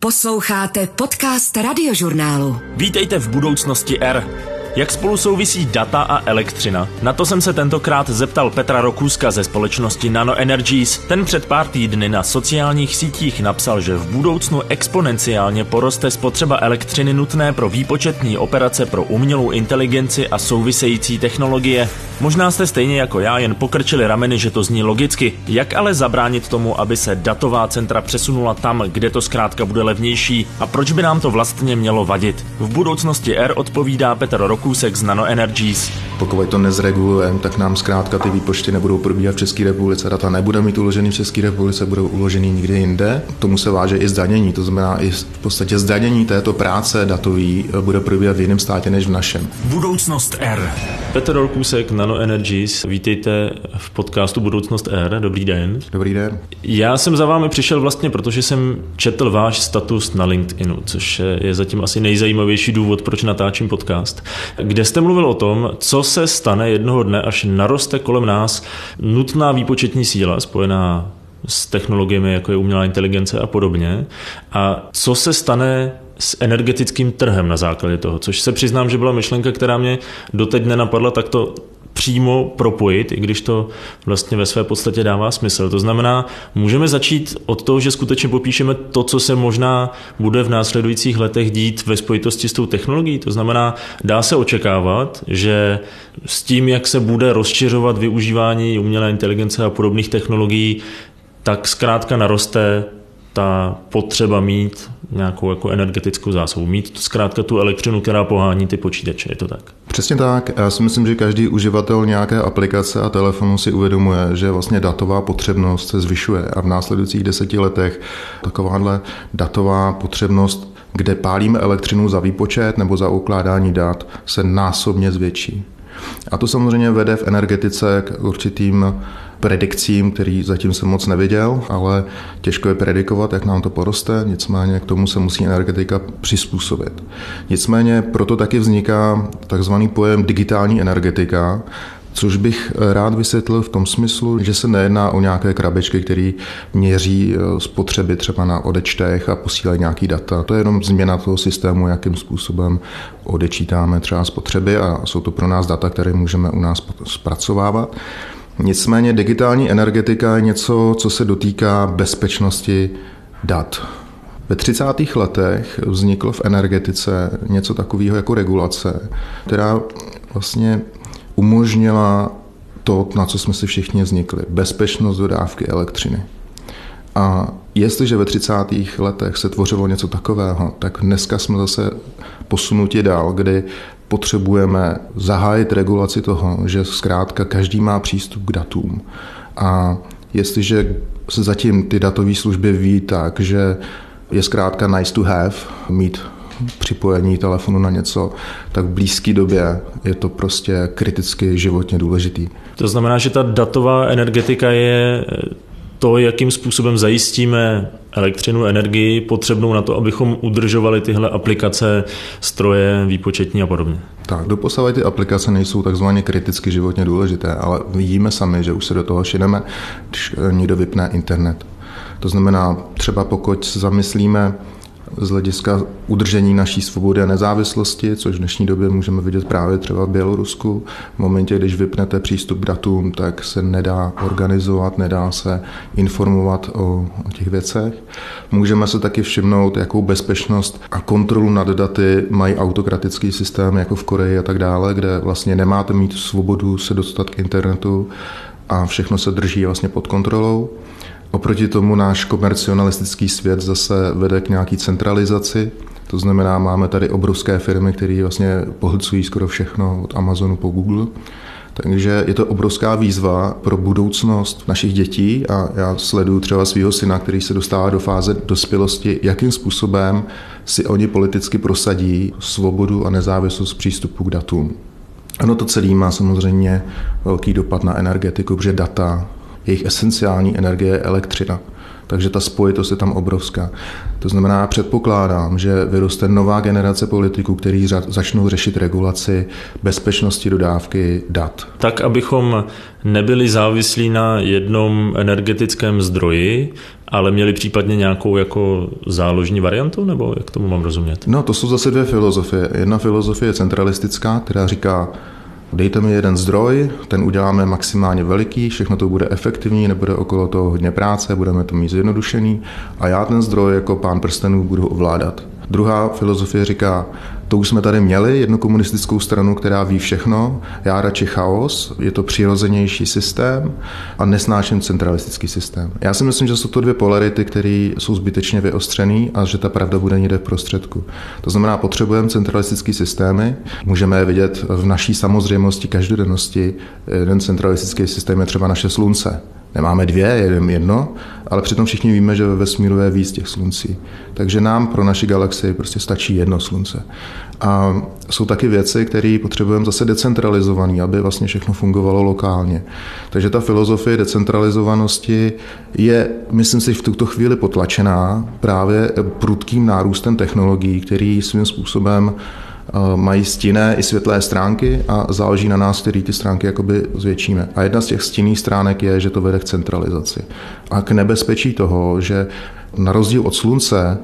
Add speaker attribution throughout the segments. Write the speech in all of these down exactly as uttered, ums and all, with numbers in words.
Speaker 1: Posloucháte podcast Radiožurnálu.
Speaker 2: Vítejte v budoucnosti R. Jak spolu souvisí data a elektřina? Na to jsem se tentokrát zeptal Petra Rokůska ze společnosti Nano Energies. Ten před pár týdny na sociálních sítích napsal, že v budoucnu exponenciálně poroste spotřeba elektřiny nutné pro výpočetní operace pro umělou inteligenci a související technologie. Možná jste stejně jako já jen pokrčili rameny, že to zní logicky. Jak ale zabránit tomu, aby se datová centra přesunula tam, kde to zkrátka bude levnější? A proč by nám to vlastně mělo vadit? V budoucnosti R odpovídá Petr Rokůsek z Nano Energies.
Speaker 3: Pokud to nezregulujeme, tak nám zkrátka ty výpočty nebudou probíhat v České republice. Data nebudou mít uložený v České republice, budou uložený někde jinde. K tomu se váže i zdanění, to znamená i v podstatě zdanění této práce datový bude probíhat v jiném státě než v našem.
Speaker 2: Budoucnost R. Petr Rokůsek, Nano Energies, vítejte v podcastu Budoucnost R. Dobrý den.
Speaker 3: Dobrý den.
Speaker 2: Já jsem za vámi přišel vlastně, protože jsem četl váš status na LinkedInu, což je zatím asi nejzajímavější důvod, proč natáčím podcast, kde jste mluvil o tom, co se stane jednoho dne, až naroste kolem nás nutná výpočetní síla spojená s technologiemi, jako je umělá inteligence a podobně. A co se stane s energetickým trhem na základě toho, což se přiznám, že byla myšlenka, která mě doteď nenapadla takto přímo propojit, i když to vlastně ve své podstatě dává smysl. To znamená, můžeme začít od toho, že skutečně popíšeme to, co se možná bude v následujících letech dít ve spojitosti s tou technologií. To znamená, dá se očekávat, že s tím, jak se bude rozšiřovat využívání umělé inteligence a podobných technologií, tak zkrátka naroste ta potřeba mít nějakou jako energetickou zásobu, mít zkrátka tu elektřinu, která pohání ty počítače, je to tak?
Speaker 3: Přesně tak. Já si myslím, že každý uživatel nějaké aplikace a telefonu si uvědomuje, že vlastně datová potřebnost se zvyšuje a v následujících deseti letech takováhle datová potřebnost, kde pálíme elektřinu za výpočet nebo za ukládání dat, se násobně zvětší. A to samozřejmě vede v energetice k určitým predikcím, který zatím jsem moc neviděl, ale těžko je predikovat, jak nám to poroste, nicméně k tomu se musí energetika přizpůsobit. Nicméně proto taky vzniká takzvaný pojem digitální energetika, což bych rád vysvětlil v tom smyslu, že se nejedná o nějaké krabičky, které měří spotřeby třeba na odečtech a posílají nějaký data. To je jenom změna toho systému, jakým způsobem odečítáme třeba spotřeby a jsou to pro nás data, které můžeme u nás zpracovávat. Nicméně digitální energetika je něco, co se dotýká bezpečnosti dat. Ve třicátých letech vzniklo v energetice něco takového jako regulace, která vlastně umožnila to, na co jsme si všichni vznikli, bezpečnost dodávky elektřiny. A jestliže ve třicátých letech se tvořilo něco takového, tak dneska jsme zase posunuti dál, kdy potřebujeme zahájit regulaci toho, že zkrátka každý má přístup k datům. A jestliže se zatím ty datové služby ví tak, že je zkrátka nice to have mít připojení telefonu na něco, tak v blízké době je to prostě kriticky životně důležitý.
Speaker 2: To znamená, že ta datová energetika je to, jakým způsobem zajistíme elektřinu, energii potřebnou na to, abychom udržovali tyhle aplikace, stroje, výpočetní a podobně.
Speaker 3: Tak, doposavad ty aplikace nejsou takzvaně kriticky životně důležité, ale vidíme sami, že už se do toho šineme, když někdo vypne internet. To znamená, třeba pokud se zamyslíme z hlediska udržení naší svobody a nezávislosti, což v dnešní době můžeme vidět právě třeba v Bělorusku. V momentě, když vypnete přístup k datům, tak se nedá organizovat, nedá se informovat o, o těch věcech. Můžeme se taky všimnout, jakou bezpečnost a kontrolu nad daty mají autokratický systém, jako v Koreji a tak dále, kde vlastně nemáte mít svobodu se dostat k internetu a všechno se drží vlastně pod kontrolou. Oproti tomu náš komercionalistický svět zase vede k nějaký centralizaci. To znamená, máme tady obrovské firmy, které vlastně pohlcují skoro všechno od Amazonu po Google. Takže je to obrovská výzva pro budoucnost našich dětí a já sleduju třeba svého syna, který se dostává do fáze dospělosti, jakým způsobem si oni politicky prosadí svobodu a nezávislost přístupu k datům. Ano, to celé má samozřejmě velký dopad na energetiku, protože data, jejich esenciální energie je elektřina. Takže ta spojitost je tam obrovská. To znamená, já předpokládám, že vyroste nová generace politiků, kteří začnou řešit regulaci bezpečnosti dodávky dat.
Speaker 2: Tak, abychom nebyli závislí na jednom energetickém zdroji, ale měli případně nějakou jako záložní variantu, nebo jak tomu mám rozumět?
Speaker 3: No, to jsou zase dvě filozofie. Jedna filozofie je centralistická, která říká, dejte mi jeden zdroj, ten uděláme maximálně veliký, všechno to bude efektivní, nebude okolo toho hodně práce, budeme to mít zjednodušený a já ten zdroj jako pán prstenů budu ovládat. Druhá filozofie říká, to už jsme tady měli, jednu komunistickou stranu, která ví všechno, já radši chaos, je to přirozenější systém a nesnáším centralistický systém. Já si myslím, že jsou to dvě polarity, které jsou zbytečně vyostřený a že ta pravda bude někde v prostředku. To znamená, potřebujeme centralistické systémy, můžeme je vidět v naší samozřejmosti, každodennosti. Jeden centralistický systém je třeba naše slunce. Nemáme dvě, jeden jedno, ale přitom všichni víme, že ve vesmíru je víc těch sluncí. Takže nám pro naši galaxii prostě stačí jedno slunce. A jsou taky věci, které potřebujeme zase decentralizované, aby vlastně všechno fungovalo lokálně. Takže ta filozofie decentralizovanosti je, myslím si, v tuto chvíli potlačená právě prudkým nárůstem technologií, který svým způsobem mají stinné i světlé stránky a záleží na nás, který ty stránky jakoby zvětšíme. A jedna z těch stinných stránek je, že to vede k centralizaci. A k nebezpečí toho, že na rozdíl od slunce,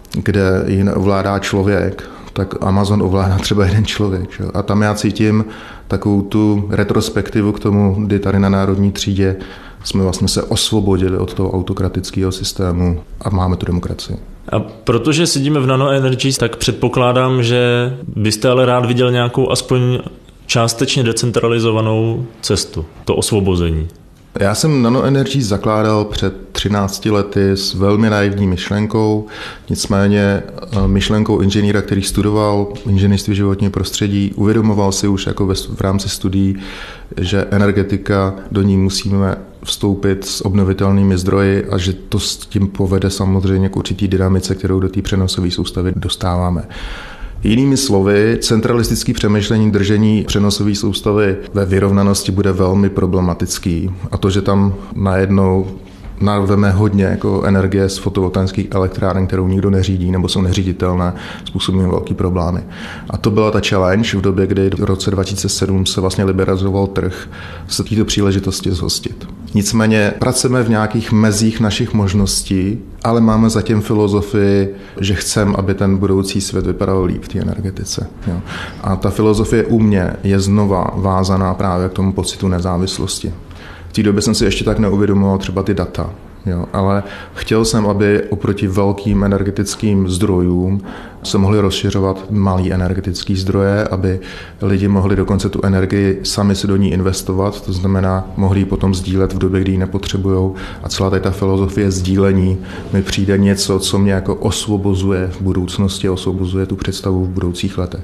Speaker 3: kde ji ovládá člověk, tak Amazon ovládá třeba jeden člověk. Že? A tam já cítím takovou tu retrospektivu k tomu, kdy tady na národní třídě jsme vlastně se osvobodili od toho autokratického systému a máme tu demokracii.
Speaker 2: A protože sedíme v NanoEnergies, tak předpokládám, že byste ale rád viděl nějakou aspoň částečně decentralizovanou cestu, to osvobození.
Speaker 3: Já jsem NanoEnergies zakládal před třinácti lety s velmi naivní myšlenkou, nicméně myšlenkou inženýra, který studoval inženýrství životního prostředí, uvědomoval si už jako v rámci studií, že energetika, do ní musíme vstoupit s obnovitelnými zdroji a že to s tím povede samozřejmě k určitý dynamice, kterou do té přenosové soustavy dostáváme. Jinými slovy, centralistické přemýšlení držení přenosové soustavy ve vyrovnanosti bude velmi problematický. A to, že tam najednou narveme hodně jako energie z fotovoltaických elektráren, kterou nikdo neřídí nebo jsou neříditelné, způsobí velký problémy. A to byla ta challenge v době, kdy v roce dva tisíce sedm se vlastně liberalizoval trh, se této příležitosti zhostit. Nicméně pracujeme v nějakých mezích našich možností, ale máme zatím filozofii, že chceme, aby ten budoucí svět vypadal líp v té energetice. Jo. A ta filozofie u mě je znova vázaná právě k tomu pocitu nezávislosti. V té době jsem si ještě tak neuvědomoval třeba ty data, jo, ale chtěl jsem, aby oproti velkým energetickým zdrojům se mohly rozšiřovat malý energetický zdroje, aby lidi mohli dokonce tu energii sami si do ní investovat, to znamená, mohli ji potom sdílet v době, kdy ji nepotřebujou. A celá ta filozofie sdílení mi přijde něco, co mě jako osvobozuje v budoucnosti, osvobozuje tu představu v budoucích letech.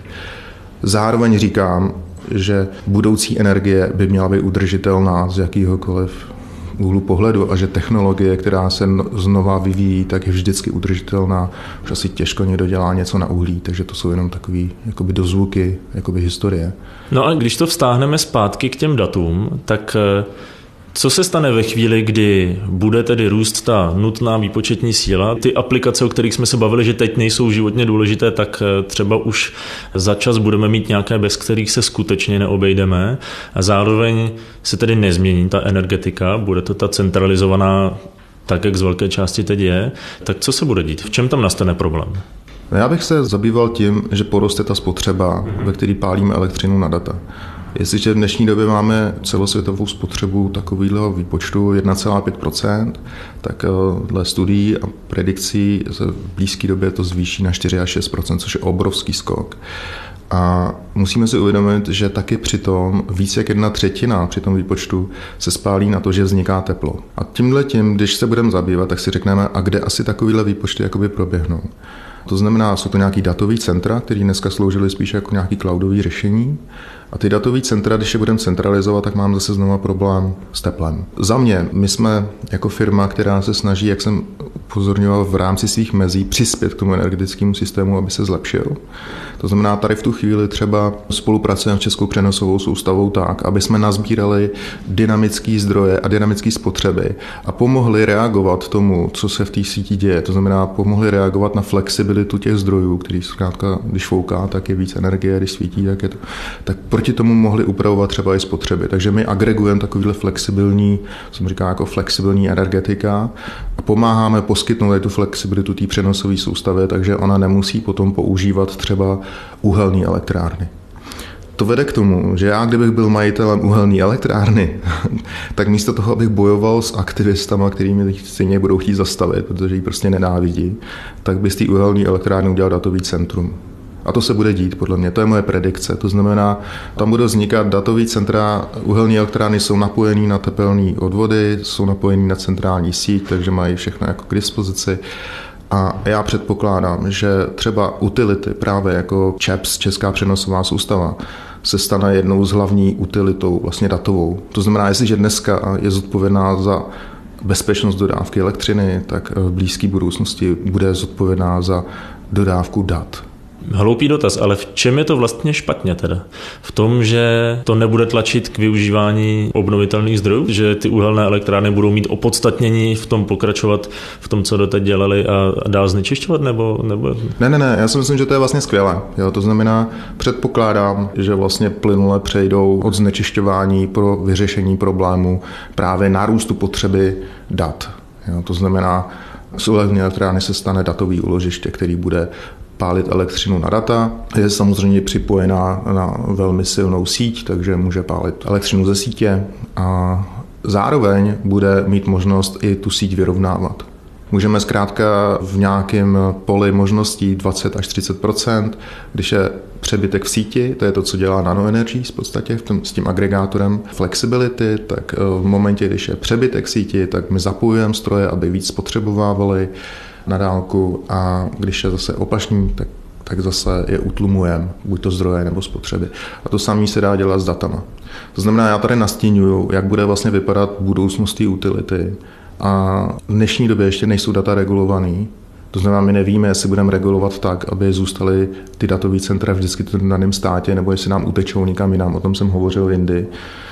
Speaker 3: Zároveň říkám, že budoucí energie by měla být udržitelná z jakýhokoliv úhlu pohledu a že technologie, která se znova vyvíjí, tak je vždycky udržitelná. Už asi těžko někdo dělá něco na uhlí, takže to jsou jenom takový jakoby dozvuky, jakoby historie.
Speaker 2: No a když to vztáhneme zpátky k těm datům, tak co se stane ve chvíli, kdy bude tedy růst ta nutná výpočetní síla? Ty aplikace, o kterých jsme se bavili, že teď nejsou životně důležité, tak třeba už za čas budeme mít nějaké, bez kterých se skutečně neobejdeme. A zároveň se tedy nezmění ta energetika, bude to ta centralizovaná, tak jak z velké části teď je. Tak co se bude dít? V čem tam nastane problém?
Speaker 3: Já bych se zabýval tím, že poroste ta spotřeba, ve které pálíme elektřinu na data. Jestliže v dnešní době máme celosvětovou spotřebu takového výpočtu jedna celá pět procenta, tak dle studií a predikcí v blízké době to zvýší na čtyři až šest procent, což je obrovský skok. A musíme si uvědomit, že taky přitom víc jak jedna třetina při tom výpočtu se spálí na to, že vzniká teplo. A tímhle tím, když se budeme zabývat, tak si řekneme, a kde asi takovýhle výpočty jakoby proběhnou. To znamená, jsou to nějaký datový centra, které dneska sloužily spíš jako nějaký cloudový řešení. A ty datový centra, když je budeme centralizovat, tak mám zase znovu problém s teplem. Za mě, my jsme jako firma, která se snaží, jak jsem upozorňoval, v rámci svých mezí přispět k tomu energetickému systému, aby se zlepšil. To znamená, tady v tu chvíli třeba spolupracujeme s Českou přenosovou soustavou tak, aby jsme nazbírali dynamické zdroje a dynamické spotřeby a pomohli reagovat tomu, co se v té síti děje. To znamená, pomohli reagovat na flexibilitu těch zdrojů, který zkrátka, když fouká, tak je víc energie, když svítí, tak je to. Tak proti tomu mohli upravovat třeba i spotřeby. Takže my agregujeme takovýhle flexibilní, co říká jako flexibilní energetika a pomáháme poskytnout tu flexibilitu té přenosové soustavy, takže ona nemusí potom používat třeba uhelné elektrárny. To vede k tomu, že já, kdybych byl majitelem uhelné elektrárny, tak místo toho, abych bojoval s aktivistama, kterými mi stejně budou chtít zastavit, protože ji prostě nenávidí, tak by z té uhelné elektrárny udělal datový centrum. A to se bude dít, podle mě, to je moje predikce. To znamená, tam budou vznikat datový centra, uhelné elektrárny jsou napojený na tepelné odvody, jsou napojený na centrální síť, takže mají všechno jako k dispozici. A já předpokládám, že třeba utility, právě jako ČEPS, Česká přenosová soustava, se stane jednou z hlavní utilitou, vlastně datovou. To znamená, jestliže dneska je zodpovědná za bezpečnost dodávky elektřiny, tak v blízké budoucnosti bude zodpovědná za dodávku dat.
Speaker 2: Hloupý dotaz, ale v čem je to vlastně špatně teda? V tom, že to nebude tlačit k využívání obnovitelných zdrojů? Že ty uhelné elektrárny budou mít opodstatnění v tom pokračovat v tom, co doteď dělali a dál znečišťovat? Nebo, nebo...
Speaker 3: Ne, ne, ne, já si myslím, že to je vlastně skvělé. Jo, to znamená, předpokládám, že vlastně plynule přejdou od znečišťování pro vyřešení problému právě nárůstu potřeby dat. Jo, to znamená, z uhelné elektrárny se stane datový úložiště, který bude pálit elektřinu na data. Je samozřejmě připojená na velmi silnou síť, takže může pálit elektřinu ze sítě a zároveň bude mít možnost i tu síť vyrovnávat. Můžeme zkrátka v nějakém poli možností dvacet až třicet procent, když je přebytek v síti, to je to, co dělá Nano Energies v podstatě v tom, s tím agregátorem flexibility, tak v momentě, když je přebytek v síti, tak my zapojujeme stroje, aby víc spotřebovávali na dálku a když je zase opačný, tak, tak zase je utlumujeme, buď to zdroje nebo spotřeby. A to samé se dá dělat s datama. To znamená, já tady nastínuju, jak bude vlastně vypadat budoucnost té utility. A v dnešní době ještě nejsou data regulovaný. To znamená, my nevíme, jestli budeme regulovat tak, aby zůstaly ty datové centra vždycky v daném státě, nebo jestli nám utečou nikam jinam. O tom jsem hovořil jindy.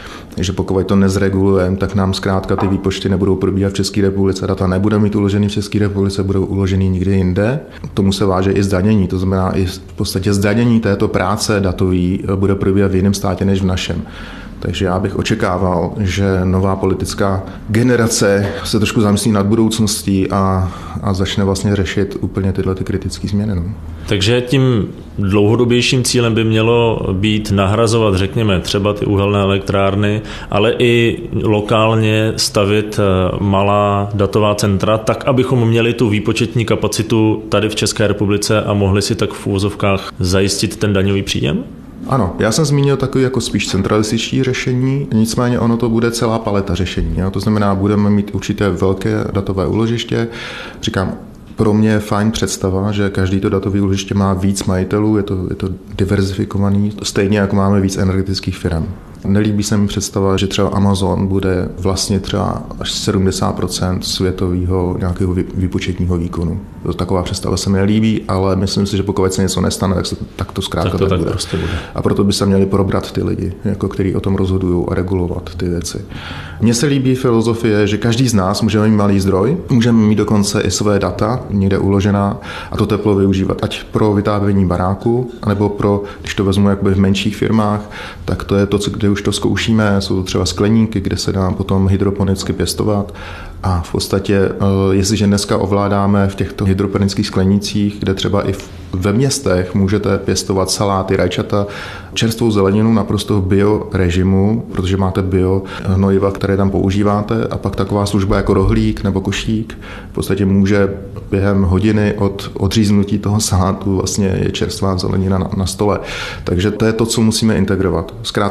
Speaker 3: Že pokud to nezregulujeme, tak nám zkrátka ty výpočty nebudou probíhat v České republice, data nebude mít uložený v České republice, budou uložený nikde jinde. K tomu se váže i zdanění, to znamená i v podstatě zdanění této práce datový bude probíhat v jiném státě než v našem. Takže já bych očekával, že nová politická generace se trošku zamyslí nad budoucností a, a začne vlastně řešit úplně tyhle ty kritické změny. No.
Speaker 2: Takže tím dlouhodobějším cílem by mělo být nahrazovat, řekněme, třeba ty uhelné elektrárny, ale i lokálně stavět malá datová centra, tak, abychom měli tu výpočetní kapacitu tady v České republice a mohli si tak v úvozovkách zajistit ten daňový příjem?
Speaker 3: Ano, já jsem zmínil takový jako spíš centralističtí řešení, nicméně ono to bude celá paleta řešení. Jo? To znamená, budeme mít určité velké datové úložiště. Říkám, pro mě je fajn představa, že každý to datové úložiště má víc majitelů, je to, je to diverzifikovaný, stejně jako máme víc energetických firm. Nelíbí se mi představa, že třeba Amazon bude vlastně třeba až sedmdesát procent světového nějakého výpočetního výkonu. Taková představa se mi nelíbí, ale myslím si, že pokud se něco nestane, tak, se, tak to zkrátka tak, to tak, tak bude. Prostě bude. A proto by se měli probrat ty lidi, jako kteří o tom rozhodují a regulovat ty věci. Mně se líbí filozofie, že každý z nás můžeme mít malý zdroj, můžeme mít dokonce i své data někde uložená a to teplo využívat, ať pro vytápění baráku, anebo pro, když to vezmu jakoby v menších firmách, tak to je to, kde už to zkoušíme, jsou to třeba skleníky, kde se dá potom hydroponicky pěstovat a v podstatě, jestliže dneska ovládáme v těchto hydroponických sklenících, kde třeba i ve městech můžete pěstovat saláty, rajčata, čerstvou zeleninu naprosto bio režimu, protože máte bio hnojiva, které tam používáte a pak taková služba jako rohlík nebo košík v podstatě může během hodiny od odříznutí toho salátu vlastně je čerstvá zelenina na, na stole. Takže to je to, co musíme integrovat. Zkrátka nedá se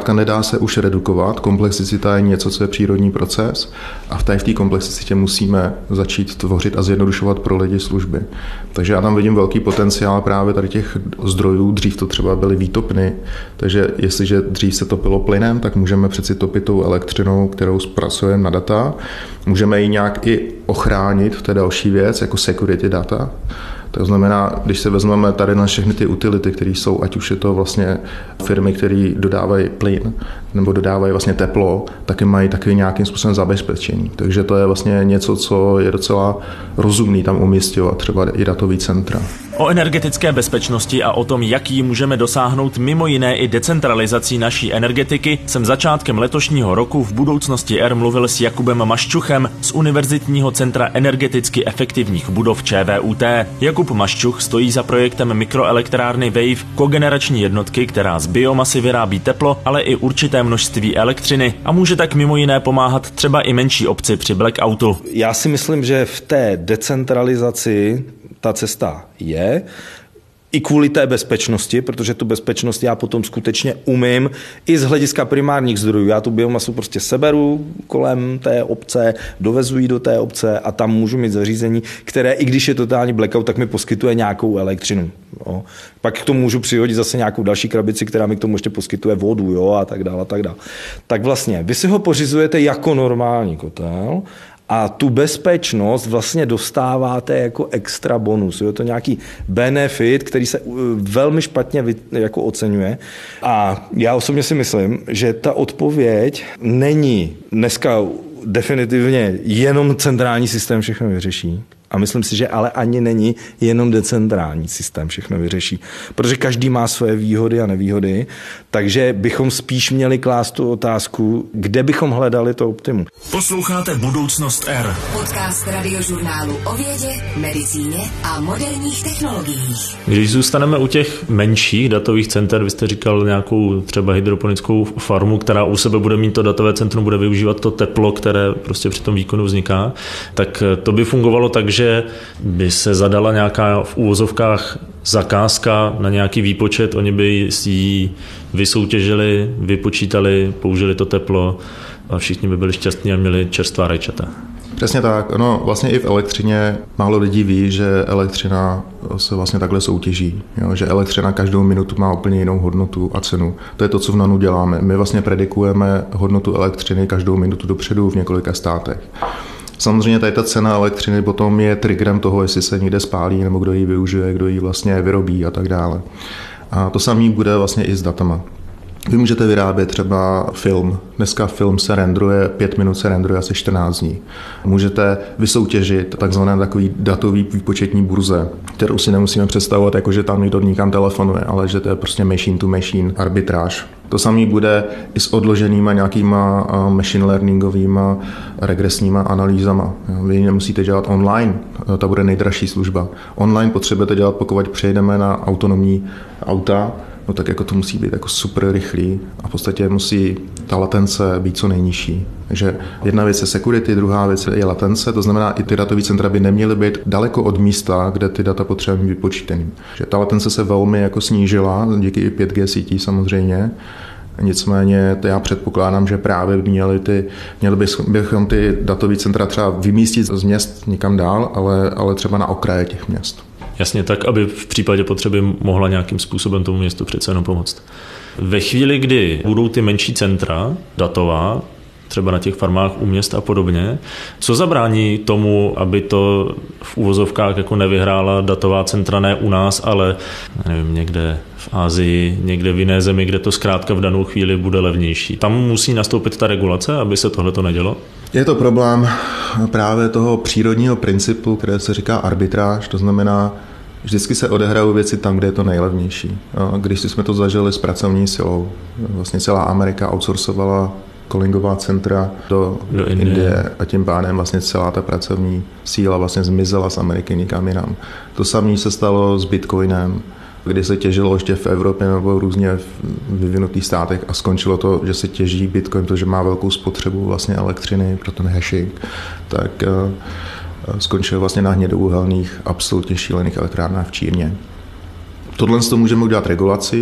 Speaker 3: se už redukovat. Komplexita je něco, co je přírodní proces a v té, v té komplexitě musíme začít tvořit a zjednodušovat pro lidi služby. Takže já tam vidím velký potenciál právě tady těch zdrojů. Dřív to třeba byly výtopny, takže jestliže dřív se topilo plynem, tak můžeme přeci topit tou elektřinou, kterou zpracujeme na data. Můžeme ji nějak i ochránit, to je další věc, jako security data. To znamená, když se vezmeme tady na všechny ty utility, které jsou, ať už je to vlastně firmy, které dodávají plyn nebo dodávají vlastně teplo, taky mají taky nějakým způsobem zabezpečení. Takže to je vlastně něco, co je docela rozumný tam umísťovat, třeba i datový centra.
Speaker 2: O energetické bezpečnosti a o tom, jak ji můžeme dosáhnout mimo jiné i decentralizací naší energetiky, jsem začátkem letošního roku v Budoucnosti R mluvil s Jakubem Maščuchem z Univerzitního centra energeticky efektivních budov ČVUT. Jakub Maščuch stojí za projektem mikroelektrárny Wave, kogenerační jednotky, která z biomasy vyrábí teplo, ale i určité množství elektřiny a může tak mimo jiné pomáhat třeba i menší obci při blackoutu.
Speaker 4: Já si myslím, že v té decentralizaci ta cesta je, i kvůli té bezpečnosti, protože tu bezpečnost já potom skutečně umím i z hlediska primárních zdrojů. Já tu biomasu prostě seberu kolem té obce, dovezu ji do té obce a tam můžu mít zařízení, které i když je totální blackout, tak mi poskytuje nějakou elektřinu. Jo. Pak k tomu můžu přihodit zase nějakou další krabici, která mi k tomu ještě poskytuje vodu, jo, a tak dále, a tak dále. Tak vlastně vy si ho pořizujete jako normální kotel, a tu bezpečnost vlastně dostáváte jako extra bonus. Je to nějaký benefit, který se velmi špatně jako oceňuje. A já osobně si myslím, že ta odpověď není dneska definitivně jenom centrální systém všechno vyřeší. A myslím si, že ale ani není jenom decentrální systém všechno vyřeší. Protože každý má své výhody a nevýhody, takže bychom spíš měli klást tu otázku, kde bychom hledali to optimum.
Speaker 1: Posloucháte Budoucnost R. Podcast radiožurnálu o vědě, medicíně a moderních technologiích.
Speaker 2: Když zůstaneme u těch menších datových center, vy jste říkal nějakou třeba hydroponickou farmu, která u sebe bude mít to datové centrum, bude využívat to teplo, které prostě při tom výkonu vzniká, tak to by fungovalo tak, že že by se zadala nějaká v úvozovkách zakázka na nějaký výpočet, oni by si ji vysoutěžili, vypočítali, použili to teplo a všichni by byli šťastní a měli čerstvá rajčata.
Speaker 3: Přesně tak. No, vlastně i v elektřině málo lidí ví, že elektřina se vlastně takhle soutěží. Jo? Že elektřina každou minutu má úplně jinou hodnotu a cenu. To je to, co v Nanu děláme. My vlastně predikujeme hodnotu elektřiny každou minutu dopředu v několika státech. Samozřejmě tady ta cena elektřiny potom je triggerem toho, jestli se někde spálí, nebo kdo ji využije, kdo ji vlastně vyrobí a tak dále. A to samé bude vlastně i s datama. Vy můžete vyrábět třeba film. Dneska film se rendruje, pět minut se rendruje asi čtrnáct dní. Můžete vysoutěžit takzvané takový datový výpočetní burze, kterou si nemusíme představovat, jako že tam někdo nikam telefonuje, ale že to je prostě machine to machine arbitráž. To samé bude i s odloženýma nějakýma machine learningovýma regresníma analýzama. Vy nemusíte dělat online, ta bude nejdražší služba. Online potřebujete dělat, pokud přejdeme na autonomní auta, no tak jako to musí být jako super rychlý a v podstatě musí ta latence být co nejnižší. Takže jedna věc je security, druhá věc je latence, to znamená, i ty datové centra by neměly být daleko od místa, kde ty data potřebují být vypočítaný. Že ta latence se velmi jako snížila, díky pět G sítí samozřejmě. Nicméně to já předpokládám, že právě měli, ty, měli bychom ty datové centra třeba vymístit z měst někam dál, ale, ale třeba na okraje těch měst.
Speaker 2: Jasně, tak, aby v případě potřeby mohla nějakým způsobem tomu městu přece jenom pomoct. Ve chvíli, kdy budou ty menší centra datová, třeba na těch farmách u měst a podobně, co zabrání tomu, aby to v uvozovkách jako nevyhrála datová centra ne u nás, ale nevím, někde v Asii, někde v jiné zemi, kde to zkrátka v danou chvíli bude levnější. Tam musí nastoupit ta regulace, aby se tohleto nedělo?
Speaker 3: Je to problém právě toho přírodního principu, které se říká arbitráž, to znamená, vždycky se odehrají věci tam, kde je to nejlevnější. Když jsme to zažili s pracovní silou, vlastně celá Amerika outsourcovala callingová centra do, do Indie. Indie a tím pádem vlastně celá ta pracovní síla vlastně zmizela z Ameriky nikam jinam. To samé se stalo s Bitcoinem, kdy se těžilo ještě v Evropě nebo různě v vyvinutých státech a skončilo to, že se těží Bitcoin, protože má velkou spotřebu vlastně elektřiny pro ten hashing, tak skončil vlastně na hnědouhelných, absolutně šílených elektrárnách v Číně. Tohle to můžeme udělat regulaci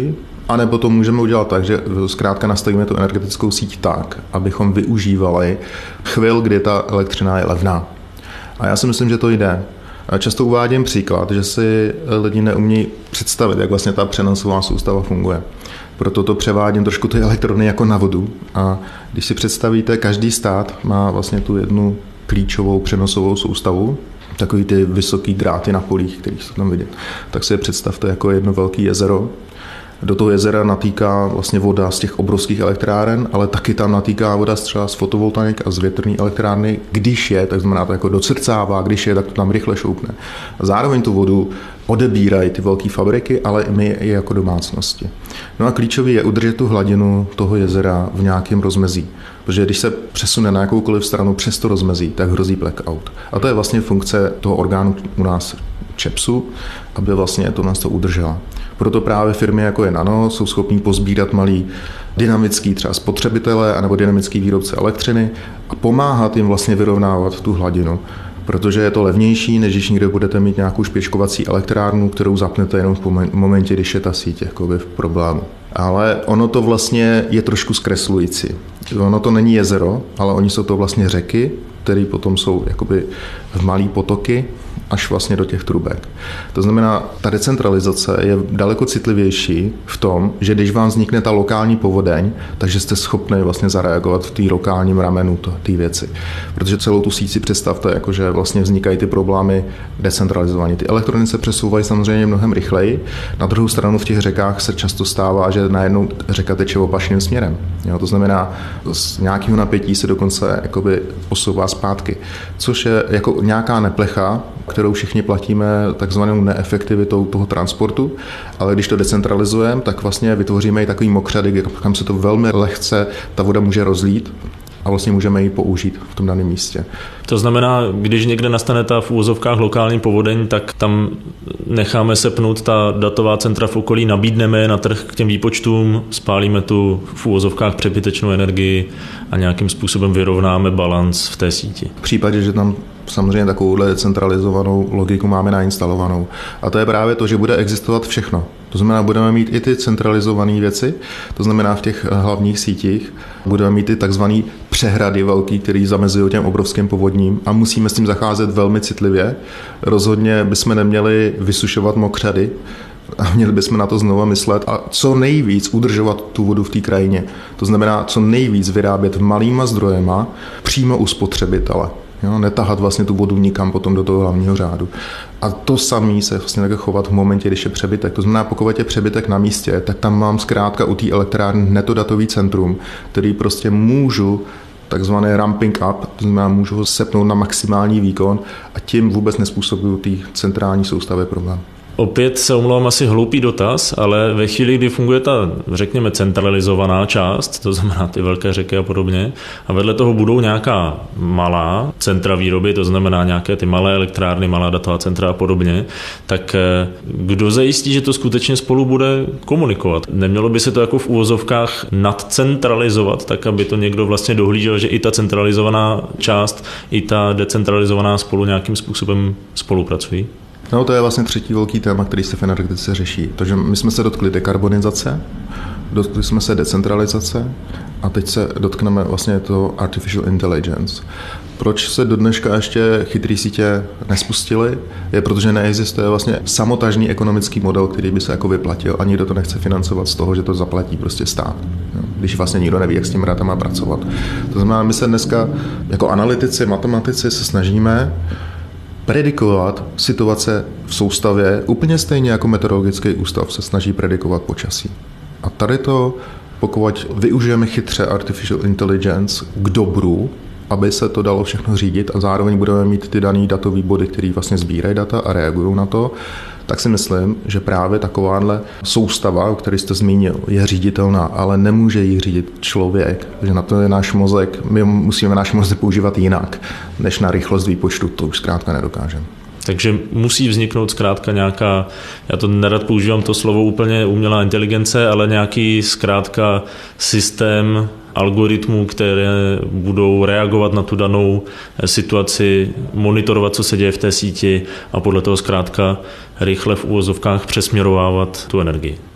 Speaker 3: A nebo to můžeme udělat tak, že zkrátka nastavíme tu energetickou síť tak, abychom využívali chvil, kdy ta elektřina je levná. A já si myslím, že to jde. Často uvádím příklad, že si lidi neumí představit, jak vlastně ta přenosová soustava funguje. Proto to převádím trošku ty elektrony jako na vodu. A když si představíte, každý stát má vlastně tu jednu klíčovou přenosovou soustavu, takový ty vysoký dráty na polích, který se tam vidět. Tak si je představte jako jedno velké jezero. Do toho jezera natýká vlastně voda z těch obrovských elektráren, ale taky tam natýká voda třeba z fotovoltaik a z větrné elektrárny, když je, tak znamená to jako docrcává, když je, tak to tam rychle šoupne. A zároveň tu vodu odebírají ty velké fabriky, ale i my i jako domácnosti. No a klíčový je udržet tu hladinu toho jezera v nějakém rozmezí, protože když se přesune na jakoukoliv stranu přes to rozmezí, tak hrozí blackout. A to je vlastně funkce toho orgánu u nás ČEPSu, aby vlastně to nás to udržela. Proto právě firmy jako je Nano jsou schopní pozbírat malý dynamický třeba spotřebitele anebo dynamický výrobce elektřiny a pomáhat jim vlastně vyrovnávat tu hladinu. Protože je to levnější, než když někde budete mít nějakou špičkovací elektrárnu, kterou zapnete jenom v momentě, když je ta síť jakoby v problému. Ale ono to vlastně je trošku zkreslující. Ono to není jezero, ale oni jsou to vlastně řeky, které potom jsou jakoby v malý potoky až vlastně do těch trubek. To znamená, ta decentralizace je daleko citlivější v tom, že když vám vznikne ta lokální povodeň, takže jste schopni vlastně zareagovat v té lokálním ramenu té věci. Protože celou tu síť si představte, jakože vlastně vznikají ty problémy decentralizovaně. Ty elektrony se přesouvají samozřejmě mnohem rychleji. Na druhou stranu v těch řekách se často stává, že najednou řeka teče opačným směrem. Jo, to znamená, z nějakého napětí se dokonce jakoby posouvá zpátky, což je jako nějaká neplecha, kterou všichni platíme takzvanou neefektivitou toho transportu, ale když to decentralizujeme, tak vlastně vytvoříme i takový mokřady, kam se to velmi lehce ta voda může rozlít a vlastně můžeme ji použít v tom daném místě.
Speaker 2: To znamená, když někde nastane ta v úvozovkách lokální povodeň, tak tam necháme sepnout ta datová centra v okolí, nabídneme je na trh k těm výpočtům, spálíme tu v úvozovkách přebytečnou energii a nějakým způsobem vyrovnáme balanc v té síti.
Speaker 3: V případě, že tam samozřejmě takovouhle centralizovanou logiku máme nainstalovanou. A to je právě to, že bude existovat všechno. To znamená, budeme mít i ty centralizované věci, to znamená v těch hlavních sítích budeme mít i takzvané přehrady velký, které zamezují těm obrovským povodním a musíme s tím zacházet velmi citlivě. Rozhodně bychom neměli vysušovat mokřady a měli bychom na to znova myslet a co nejvíc udržovat tu vodu v té krajině. To znamená, co nejvíc vyrábět malýma zdrojema přímo u spotřebitele. Jo, netahat vlastně tu vodu nikam potom do toho hlavního řádu. A to samé se vlastně také chovat v momentě, když je přebytek. To znamená, pokud je přebytek na místě, tak tam mám zkrátka u té elektrárny netodatový centrum, který prostě můžu takzvaný ramping up, to znamená, můžu ho sepnout na maximální výkon a tím vůbec nespůsobuju té centrální soustavě problém.
Speaker 2: Opět se omlouvám, asi hloupý dotaz, ale ve chvíli, kdy funguje ta, řekněme, centralizovaná část, to znamená ty velké řeky a podobně, a vedle toho budou nějaká malá centra výroby, to znamená nějaké ty malé elektrárny, malá datová centra a podobně, tak kdo zajistí, že to skutečně spolu bude komunikovat? Nemělo by se to jako v úvozovkách nadcentralizovat, tak aby to někdo vlastně dohlížel, že i ta centralizovaná část, i ta decentralizovaná spolu nějakým způsobem spolupracují?
Speaker 3: No, to je vlastně třetí velký téma, který se v energetice řeší. Takže my jsme se dotkli dekarbonizace, dotkli jsme se decentralizace a teď se dotkneme vlastně toho artificial intelligence. Proč se do dneška ještě chytrý sítě nespustily? Je protože neexistuje vlastně samotažný ekonomický model, který by se jako vyplatil a nikdo to nechce financovat z toho, že to zaplatí prostě stát. Když vlastně nikdo neví, jak s tím datama pracovat. To znamená, my se dneska jako analytici, matematici se snažíme predikovat situace v soustavě úplně stejně jako meteorologický ústav se snaží predikovat počasí. A tady to, pokud využijeme chytře artificial intelligence k dobru, aby se to dalo všechno řídit a zároveň budeme mít ty daný datový body, které vlastně sbírají data a reagují na to, tak si myslím, že právě takováhle soustava, o které jste zmínil, je říditelná, ale nemůže ji řídit člověk, že na to je náš mozek, my musíme náš mozek používat jinak, než na rychlost výpočtu, to už zkrátka nedokážeme.
Speaker 2: Takže musí vzniknout zkrátka nějaká, já to nerad používám to slovo úplně umělá inteligence, ale nějaký zkrátka systém algoritmů, které budou reagovat na tu danou situaci, monitorovat, co se děje v té síti a podle toho zkrátka rychle v úvozovkách přesměrovávat tu energii.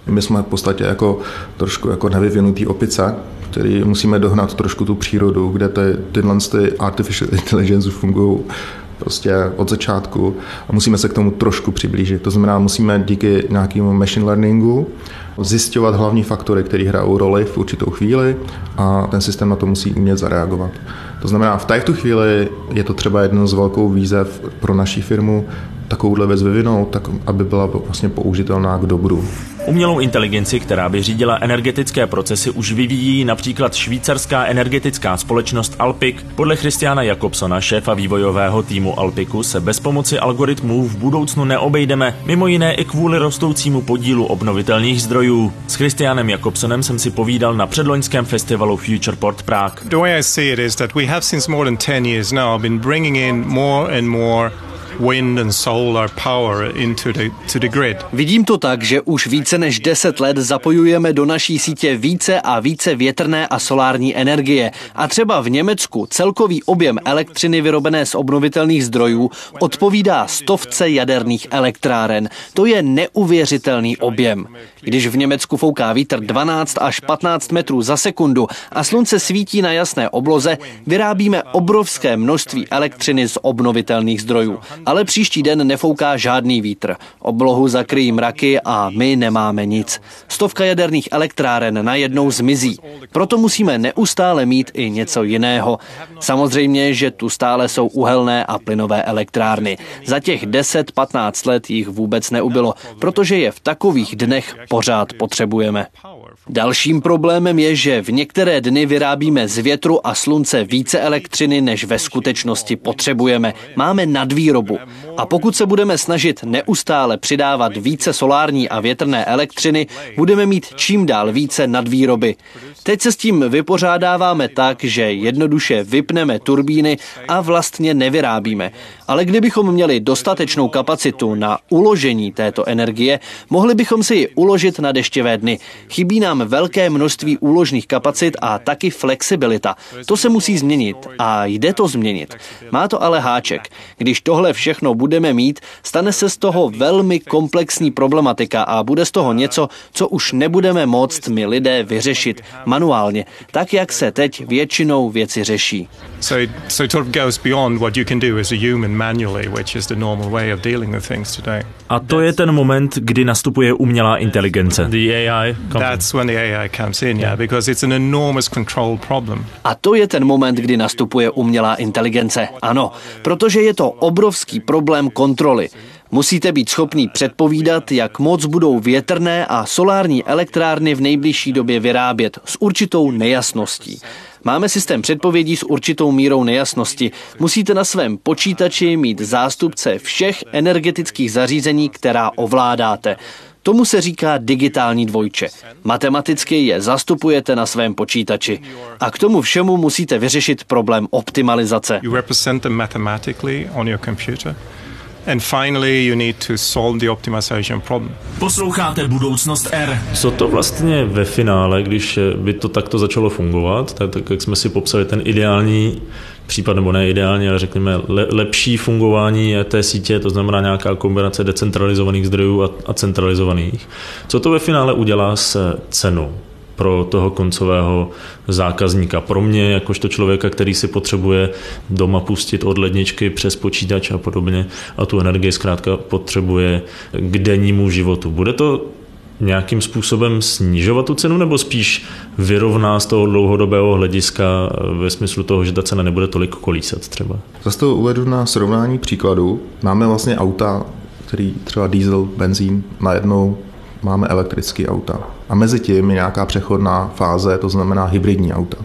Speaker 3: My jsme v podstatě jako trošku jako nevyvinutý opice, který musíme dohnat trošku tu přírodu, kde ty, tyhle ty artificial intelligence fungují prostě od začátku a musíme se k tomu trošku přiblížit. To znamená, musíme díky nějakému machine learningu zjišťovat hlavní faktory, které hrajou roli v určitou chvíli a ten systém na to musí umět zareagovat. To znamená, v této chvíli je to třeba jedno z velkou výzev pro naši firmu takovouhle věc vyvinout, tak aby byla vlastně použitelná k dobru.
Speaker 2: Umělou inteligenci, která by řídila energetické procesy, už vyvíjí například švýcarská energetická společnost Alpiq. Podle Christiana Jakobsona, šéfa vývojového týmu Alpiqu, se bez pomoci algoritmů v budoucnu neobejdeme, mimo jiné i kvůli rostoucímu podílu obnovitelných zdrojů. S Christianem Jakobsonem jsem si povídal na předloňském festivalu Futureport Prague.
Speaker 5: The way I see it is that we have since more than ten years now been bringing in more and more wind and solar power into the, to the grid.
Speaker 6: Vidím to tak, že už více než deset let zapojujeme do naší sítě více a více větrné a solární energie. A třeba v Německu celkový objem elektřiny vyrobené z obnovitelných zdrojů odpovídá stovce jaderných elektráren. To je neuvěřitelný objem. Když v Německu fouká vítr dvanáct až patnáct metrů za sekundu a slunce svítí na jasné obloze, vyrábíme obrovské množství elektřiny z obnovitelných zdrojů. Ale příští den nefouká žádný vítr. Oblohu zakryjí mraky a my nemáme nic. Stovka jaderných elektráren najednou zmizí. Proto musíme neustále mít i něco jiného. Samozřejmě, že tu stále jsou uhelné a plynové elektrárny. Za těch deset patnáct let jich vůbec neubylo, protože je v takových dnech pořád potřebujeme. Dalším problémem je, že v některé dny vyrábíme z větru a slunce více elektřiny, než ve skutečnosti potřebujeme. Máme nadvýrobu. A pokud se budeme snažit neustále přidávat více solární a větrné elektřiny, budeme mít čím dál více nadvýroby. Teď se s tím vypořádáváme tak, že jednoduše vypneme turbíny a vlastně nevyrábíme. Ale kdybychom měli dostatečnou kapacitu na uložení této energie, mohli bychom si ji uložit na dešťové dny. Chybí nám velké množství úložných kapacit a taky flexibilita. To se musí změnit a jde to změnit. Má to ale háček. Když tohle všechno budeme mít, stane se z toho velmi komplexní problematika a bude z toho něco, co už nebudeme moct my lidé vyřešit manuálně, tak jak se teď většinou věci řeší.
Speaker 5: So it, so it sort of goes beyond what you can do as a human manually, which is the normal way of dealing with things today.
Speaker 2: A to je ten moment, kdy nastupuje umělá inteligence. The A I comes
Speaker 5: That's when the A I comes in, yeah, because it's an enormous control problem.
Speaker 6: A to je ten moment, kdy nastupuje umělá inteligence. Ano, protože je to obrovský problém kontroly. Musíte být schopný předpovídat, jak moc budou větrné a solární elektrárny v nejbližší době vyrábět s určitou nejasností. Máme systém předpovědí s určitou mírou nejasnosti. Musíte na svém počítači mít zástupce všech energetických zařízení, která ovládáte. Tomu se říká digitální dvojče. Matematicky je zastupujete na svém počítači. A k tomu všemu musíte vyřešit problém optimalizace.
Speaker 5: You represent them mathematically on your computer. And finally you need to solve the optimization problem.
Speaker 1: Posloucháte Budoucnost R.
Speaker 2: Co to vlastně ve finále, když by to takto začalo fungovat, tak, tak jak jsme si popsali ten ideální případ, nebo ne ideální, ale řekněme le, lepší fungování té sítě, to znamená nějaká kombinace decentralizovaných zdrojů a, a centralizovaných. Co to ve finále udělá s cenou pro toho koncového zákazníka? Pro mě, jakožto člověka, který si potřebuje doma pustit od ledničky přes počítač a podobně a tu energii zkrátka potřebuje k dennímu životu. Bude to nějakým způsobem snižovat tu cenu, nebo spíš vyrovná z toho dlouhodobého hlediska ve smyslu toho, že ta cena nebude tolik kolísat třeba?
Speaker 3: Zase to uvedu na srovnání příkladu. Máme vlastně auta, který třeba diesel, benzín, najednou máme elektrické auta. A mezi tím je nějaká přechodná fáze, to znamená hybridní auta.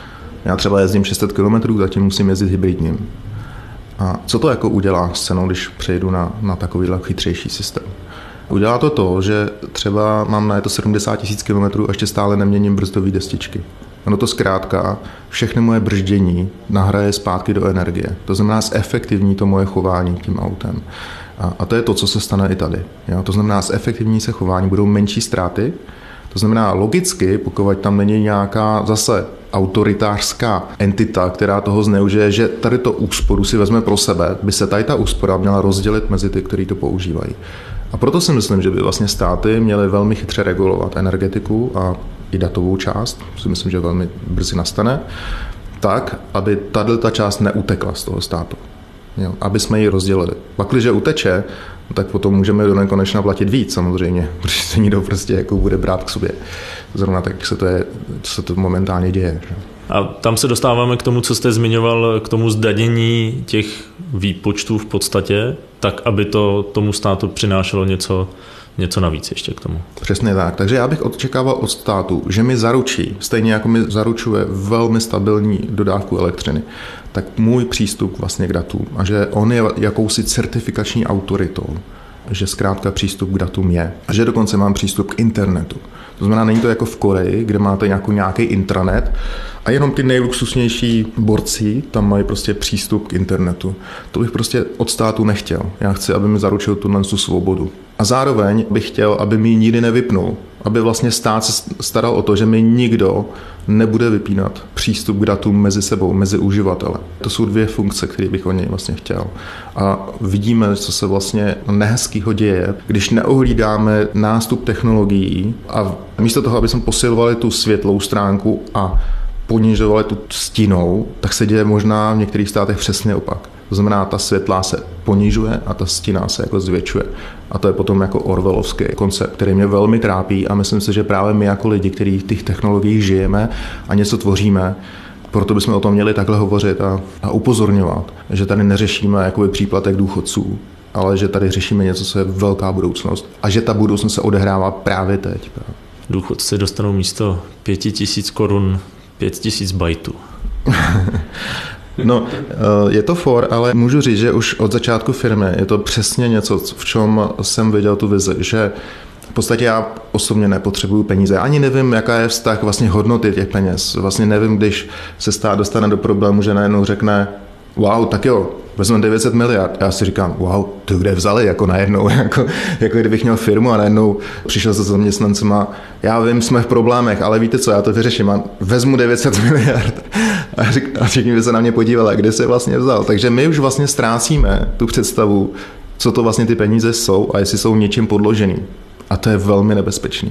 Speaker 3: Já třeba jezdím šest set kilometrů, zatím musím jezdit hybridním. A co to jako udělá s cenou, když přejdu na, na takovýhle chytřejší systém? Udělá to to, že třeba mám na je to sedmdesát tisíc kilometrů a ještě stále neměním brzdové destičky. Ono to zkrátka všechny moje brždění nahraje zpátky do energie. To znamená zefektivní to moje chování tím autem. A, a to je to, co se stane i tady. Jo? To znamená zefektivní se chování, budou menší ztráty. To znamená logicky, pokud tam není nějaká zase autoritářská entita, která toho zneužije, že tady to úsporu si vezme pro sebe, by se tady ta úspora měla rozdělit mezi ty, kteří to používají. A proto si myslím, že by vlastně státy měly velmi chytře regulovat energetiku a i datovou část, si myslím, že velmi brzy nastane, tak, aby tato část neutekla z toho státu. Jo, aby jsme ji rozdělili. Pak, když uteče, tak potom můžeme do nekonečna platit víc samozřejmě, protože se nikdo prostě jako bude brát k sobě. Zrovna tak se to, je, se to momentálně děje. Že?
Speaker 2: A tam se dostáváme k tomu, co jste zmiňoval, k tomu zdanění těch výpočtů v podstatě, tak, aby to tomu státu přinášelo něco, něco navíc ještě k tomu.
Speaker 3: Přesně tak. Takže já bych očekával od státu, že mi zaručí, stejně jako mi zaručuje velmi stabilní dodávku elektřiny, tak můj přístup vlastně k datům a že on je jakousi certifikační autoritou, že zkrátka přístup k datům je a že dokonce mám přístup k internetu. To znamená, není to jako v Koreji, kde máte nějakou, nějaký intranet a jenom ty nejluxusnější borci tam mají prostě přístup k internetu. To bych prostě od státu nechtěl. Já chci, aby mi zaručil tu svobodu. A zároveň bych chtěl, aby mi nikdy nevypnul. Aby vlastně stát se staral o to, že mi nikdo nebude vypínat přístup k datům mezi sebou, mezi uživatele. To jsou dvě funkce, které bych od něj vlastně chtěl. A vidíme, co se vlastně nehezkýho děje, když neohlídáme nástup technologií a místo toho, aby jsme posilovali tu světlou stránku a ponižovali tu stínou, tak se děje možná v některých státech přesně opak. To znamená, ta světlá se ponižuje a ta stína se jako zvětšuje. A to je potom jako orwellovský koncept, který mě velmi trápí a myslím si, že právě my jako lidi, kteří v těch technologiích žijeme a něco tvoříme, proto bychom o tom měli takhle hovořit a, a upozorňovat, že tady neřešíme jakoby příplatek důchodců, ale že tady řešíme něco, co je velká budoucnost a že ta budoucnost se odehrává právě teď.
Speaker 2: Důchodci dostanou místo pěti tisíc korun pět tisíc bajtů.
Speaker 3: No, je to for, ale můžu říct, že už od začátku firmy je to přesně něco, v čem jsem viděl tu vizi, že v podstatě já osobně nepotřebuju peníze. Ani nevím, jaká je vztah vlastně hodnoty těch peněz. Vlastně nevím, když se stát dostane do problému, že najednou řekne wow, tak jo, vezmeme devět set miliard. Já si říkám, wow, to kde vzali, jako najednou, jako, jako kdybych měl firmu a najednou přišel se zaměstnancema, já vím, jsme v problémech, ale víte co, já to vyřeším, a vezmu devět set miliard. A, řek, a všichni by se na mě podívali, kde se vlastně vzal. Takže my už vlastně ztrácíme tu představu, co to vlastně ty peníze jsou a jestli jsou něčím podložený. A to je velmi nebezpečný.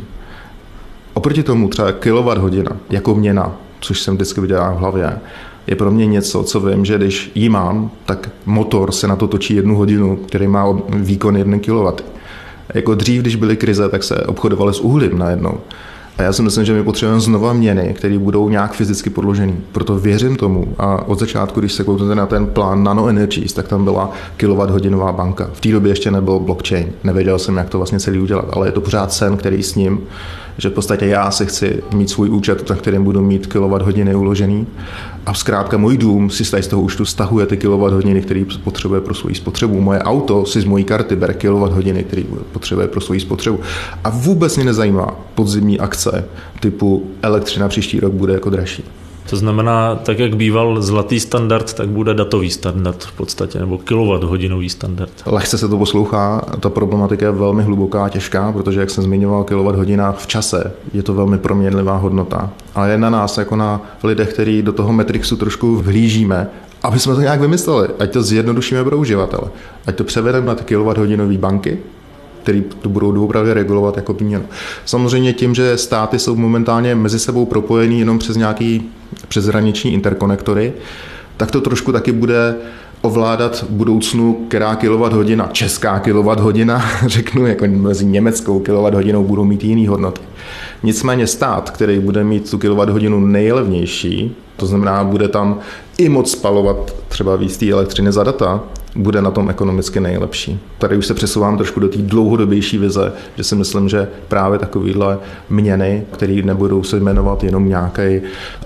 Speaker 3: Oproti tomu třeba kilowatt hodina jako měna, což jsem vždycky viděl v hlavě, je pro mě něco, co vím, že když ji mám, tak motor se na to točí jednu hodinu, který má výkon jeden kilowatt. Jako dřív, když byly krize, tak se obchodovaly s uhlím najednou. A já si myslím, že my potřebujeme znova měny, které budou nějak fyzicky podložené. Proto věřím tomu. A od začátku, když se kouknete na ten plán Nano Energies, tak tam byla kilowatt-hodinová banka. V té době ještě nebyl blockchain. Nevěděl jsem, jak to vlastně celý udělat, ale je to pořád sen, který s ním, že v podstatě já si chci mít svůj účet, na kterém budu mít kilowatt-hodiny uložený. A zkrátka můj dům si z toho účtu stahuje ty kilowatt-hodiny, který potřebuje pro svou spotřebu. Moje auto si z mojí karty bere kilowatt-hodiny, který potřebuje pro svou spotřebu. A vůbec mě nezajímá podzimní akce typu elektřina příští rok bude jako dražší.
Speaker 2: To znamená, tak jak býval zlatý standard, tak bude datový standard v podstatě, nebo kilowatt-hodinový standard.
Speaker 3: Lehce se to poslouchá, ta problematika je velmi hluboká a těžká, protože, jak jsem zmiňoval, kilowatt-hodina v čase je to velmi proměnlivá hodnota. A je na nás, jako na lidech, kteří do toho Matrixu trošku vhlížíme, aby jsme to nějak vymysleli, ať to zjednodušíme pro uživatele, ať to převedeme na ty kilowatt-hodinové banky, který to budou doopravdy regulovat jako měnu. Samozřejmě tím, že státy jsou momentálně mezi sebou propojený jenom přes nějaký přeshraniční interkonektory, tak to trošku taky bude ovládat v budoucnu, která kilowatt-hodina, česká kilowatt-hodina, řeknu, jako mezi německou kilowatt-hodinou budou mít jiný hodnoty. Nicméně stát, který bude mít tu kilowatt-hodinu nejlevnější, to znamená, bude tam i moc spalovat třeba víc té elektřiny za data, bude na tom ekonomicky nejlepší. Tady už se přesouvám trošku do té dlouhodobější vize, že si myslím, že právě takovýhle měny, které nebudou se jmenovat jenom nějaký,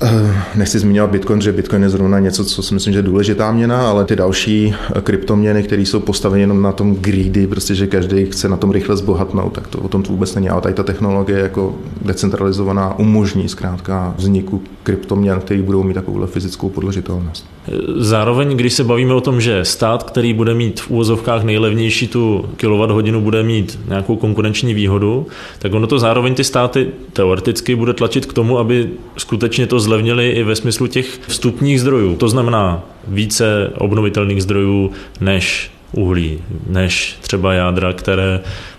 Speaker 3: nechci zmiňovat Bitcoin, že Bitcoin je zrovna něco, co si myslím, že je důležitá měna, ale ty další kryptoměny, které jsou postaveny jenom na tom greedy, prostě, že každý chce na tom rychle zbohatnout, tak to o tom to vůbec není. Ale tady ta technologie jako decentralizovaná umožní zkrátka vzniku kryptoměn, které budou mít takovou fyzickou podložitelnost.
Speaker 2: Zároveň, když se bavíme o tom, že stát, který bude mít v úvozovkách nejlevnější tu kilowatt-hodinu, bude mít nějakou konkurenční výhodu, tak ono to zároveň ty státy teoreticky bude tlačit k tomu, aby skutečně to zlevnili i ve smyslu těch vstupních zdrojů. To znamená více obnovitelných zdrojů než uhlí, než třeba jádra, které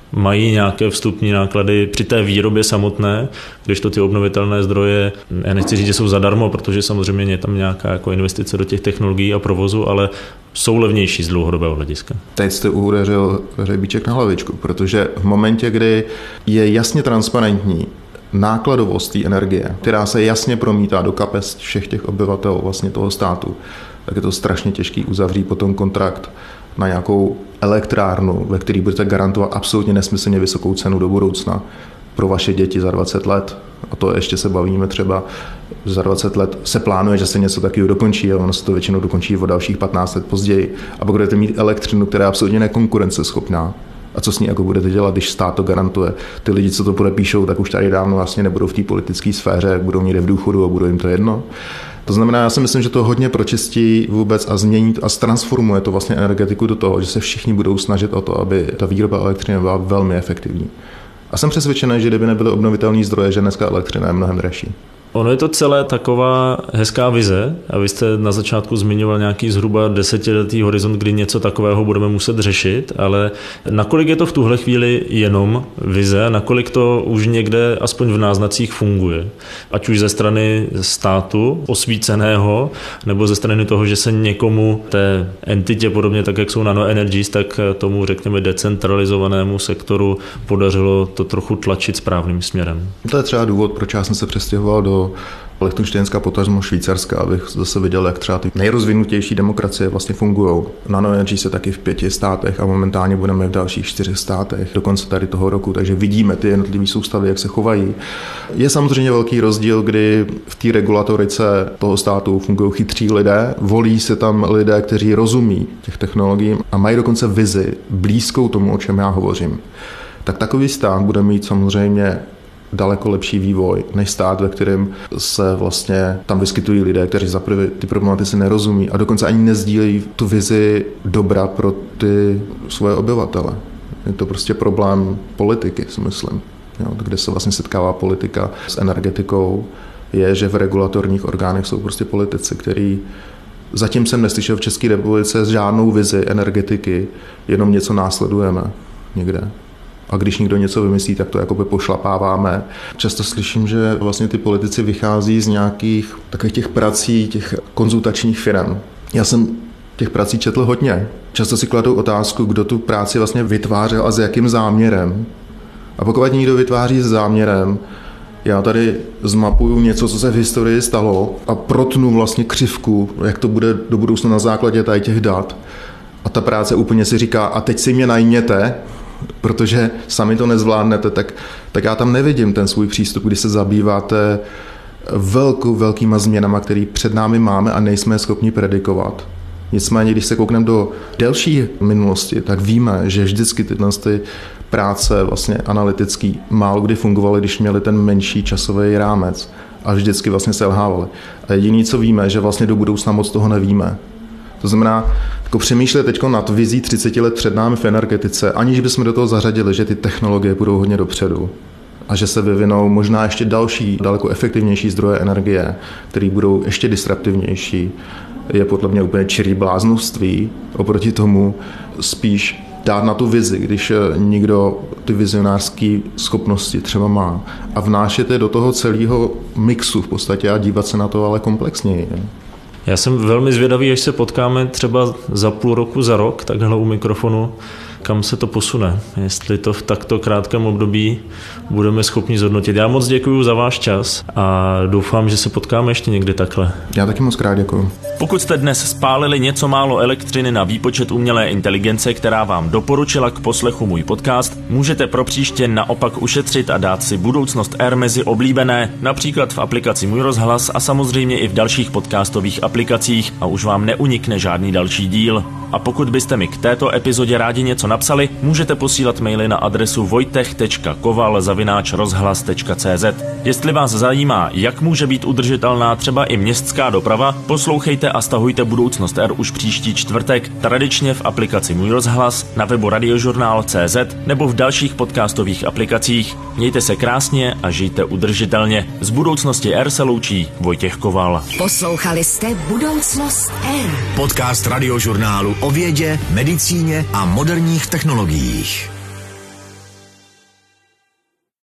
Speaker 2: mají nějaké vstupní náklady při té výrobě samotné, když to ty obnovitelné zdroje, já nechci říct, že jsou zadarmo, protože samozřejmě je tam nějaká jako investice do těch technologií a provozu, ale jsou levnější z dlouhodobého hlediska.
Speaker 3: Teď jste udeřil hřebíček na hlavičku, protože v momentě, kdy je jasně transparentní nákladovost té energie, která se jasně promítá do kapes všech těch obyvatel vlastně toho státu, tak je to strašně těžký uzavřít potom kontrakt na nějakou elektrárnu, ve který budete garantovat absolutně nesmyslně vysokou cenu do budoucna pro vaše děti za dvacet let. A to ještě se bavíme třeba, že za dvacet let se plánuje, že se něco takového dokončí a ono se to většinou dokončí o dalších patnáct let později. A pak budete mít elektřinu, která je absolutně nekonkurenceschopná. A co s ní jako budete dělat, když stát to garantuje? Ty lidi, co to podepíšou, tak už tady dávno vlastně nebudou v té politické sféře, budou někde v důchodu a budou jim to jedno. To znamená, já si myslím, že to hodně pročistí vůbec a změní a transformuje to vlastně energetiku do toho, že se všichni budou snažit o to, aby ta výroba elektřiny byla velmi efektivní. A jsem přesvědčený, že kdyby nebyly obnovitelné zdroje, že dneska elektřina je mnohem dražší.
Speaker 2: Ono je to celé taková hezká vize a vy jste na začátku zmiňoval nějaký zhruba desetiletý horizont, kdy něco takového budeme muset řešit, ale nakolik je to v tuhle chvíli jenom vize, nakolik to už někde aspoň v náznacích funguje, ať už ze strany státu osvíceného, nebo ze strany toho, že se někomu té entitě, podobně tak, jak jsou Nano Energies, tak tomu, řekněme, decentralizovanému sektoru podařilo to trochu tlačit správným směrem.
Speaker 3: To je třeba důvod, proč já jsem se přestěhoval do Lichtenštejnska, potažmo Švýcarska, abych zase viděl, jak třeba ty nejrozvinutější demokracie vlastně fungují. Nano Energies je taky v pěti státech a momentálně budeme v dalších čtyřech státech do konce tady toho roku, takže vidíme ty jednotlivé soustavy, jak se chovají. Je samozřejmě velký rozdíl, kdy v té regulatorice toho státu fungují chytří lidé, volí se tam lidé, kteří rozumí těch technologií a mají dokonce vizi blízkou tomu, o čem já hovořím. Tak takový stát bude mít samozřejmě daleko lepší vývoj než stát, ve kterém se vlastně tam vyskytují lidé, kteří za prvé ty problematice nerozumí a dokonce ani nezdílejí tu vizi dobra pro ty svoje obyvatele. Je to prostě problém politiky, si myslím. Jo, kde se vlastně setkává politika s energetikou, je, že v regulatorních orgánech jsou prostě politici, který zatím jsem neslyšel v České republice žádnou vizi energetiky, jenom něco následujeme někde. A když někdo něco vymyslí, tak to jakoby pošlapáváme. Často slyším, že vlastně ty politici vychází z nějakých takových těch prací, těch konzultačních firm. Já jsem těch prací četl hodně. Často si kladou otázku, kdo tu práci vlastně vytvářel a s jakým záměrem. A pokud někdo vytváří s záměrem, já tady zmapuju něco, co se v historii stalo a protnu vlastně křivku, jak to bude do budoucna na základě tady těch dat. A ta práce úplně si říká, a teď si mě najměte, protože sami to nezvládnete, tak, tak já tam nevidím ten svůj přístup, kdy se zabýváte velkou, velkýma změnama, které před námi máme a nejsme schopni predikovat. Nicméně, když se koukneme do delší minulosti, tak víme, že vždycky tyhle ty práce vlastně analytický málo kdy fungovaly, když měli ten menší časový rámec a vždycky vlastně selhávaly. A jediné, co víme, že vlastně do budoucna moc toho nevíme. To znamená, jako přemýšlet teď nad vizí třicet let před námi v energetice, aniž bychom do toho zařadili, že ty technologie budou hodně dopředu a že se vyvinou možná ještě další, daleko efektivnější zdroje energie, které budou ještě disruptivnější, je podle mě úplně čirý bláznoství oproti tomu spíš dát na tu vizi, když někdo ty vizionářské schopnosti třeba má a vnášet je do toho celého mixu v podstatě a dívat se na to ale komplexněji.
Speaker 2: Já jsem velmi zvědavý, až se potkáme třeba za půl roku, za rok, takhle u mikrofonu, kam se to posune. Jestli to v takto krátkém období budeme schopni zhodnotit. Já moc děkuji za váš čas a doufám, že se potkáme ještě někdy takhle.
Speaker 3: Já taky moc krát děkuji.
Speaker 2: Pokud jste dnes spálili něco málo elektřiny na výpočet umělé inteligence, která vám doporučila k poslechu můj podcast, můžete pro příště naopak ušetřit a dát si Budoucnost R mezi oblíbené, například v aplikaci Můj rozhlas a samozřejmě i v dalších podcastových aplikacích a už vám neunikne žádný další díl. A pokud byste mi k této epizodě rádi něco napsali, můžete posílat maily na adresu vojtech tečka koval zavináč rozhlas tečka cé zet. Jestli vás zajímá, jak může být udržitelná třeba i městská doprava, poslouchejte a stahujte Budoucnost R už příští čtvrtek, tradičně v aplikaci Můj rozhlas, na webu radiožurnál tečka cé zet nebo v dalších podcastových aplikacích. Mějte se krásně a žijte udržitelně. Z Budoucnosti R se loučí Vojtěch Koval.
Speaker 1: Poslouchali jste Budoucnost R.
Speaker 7: Podcast radiožurnálu o vědě, medicíně a moderních technologiích.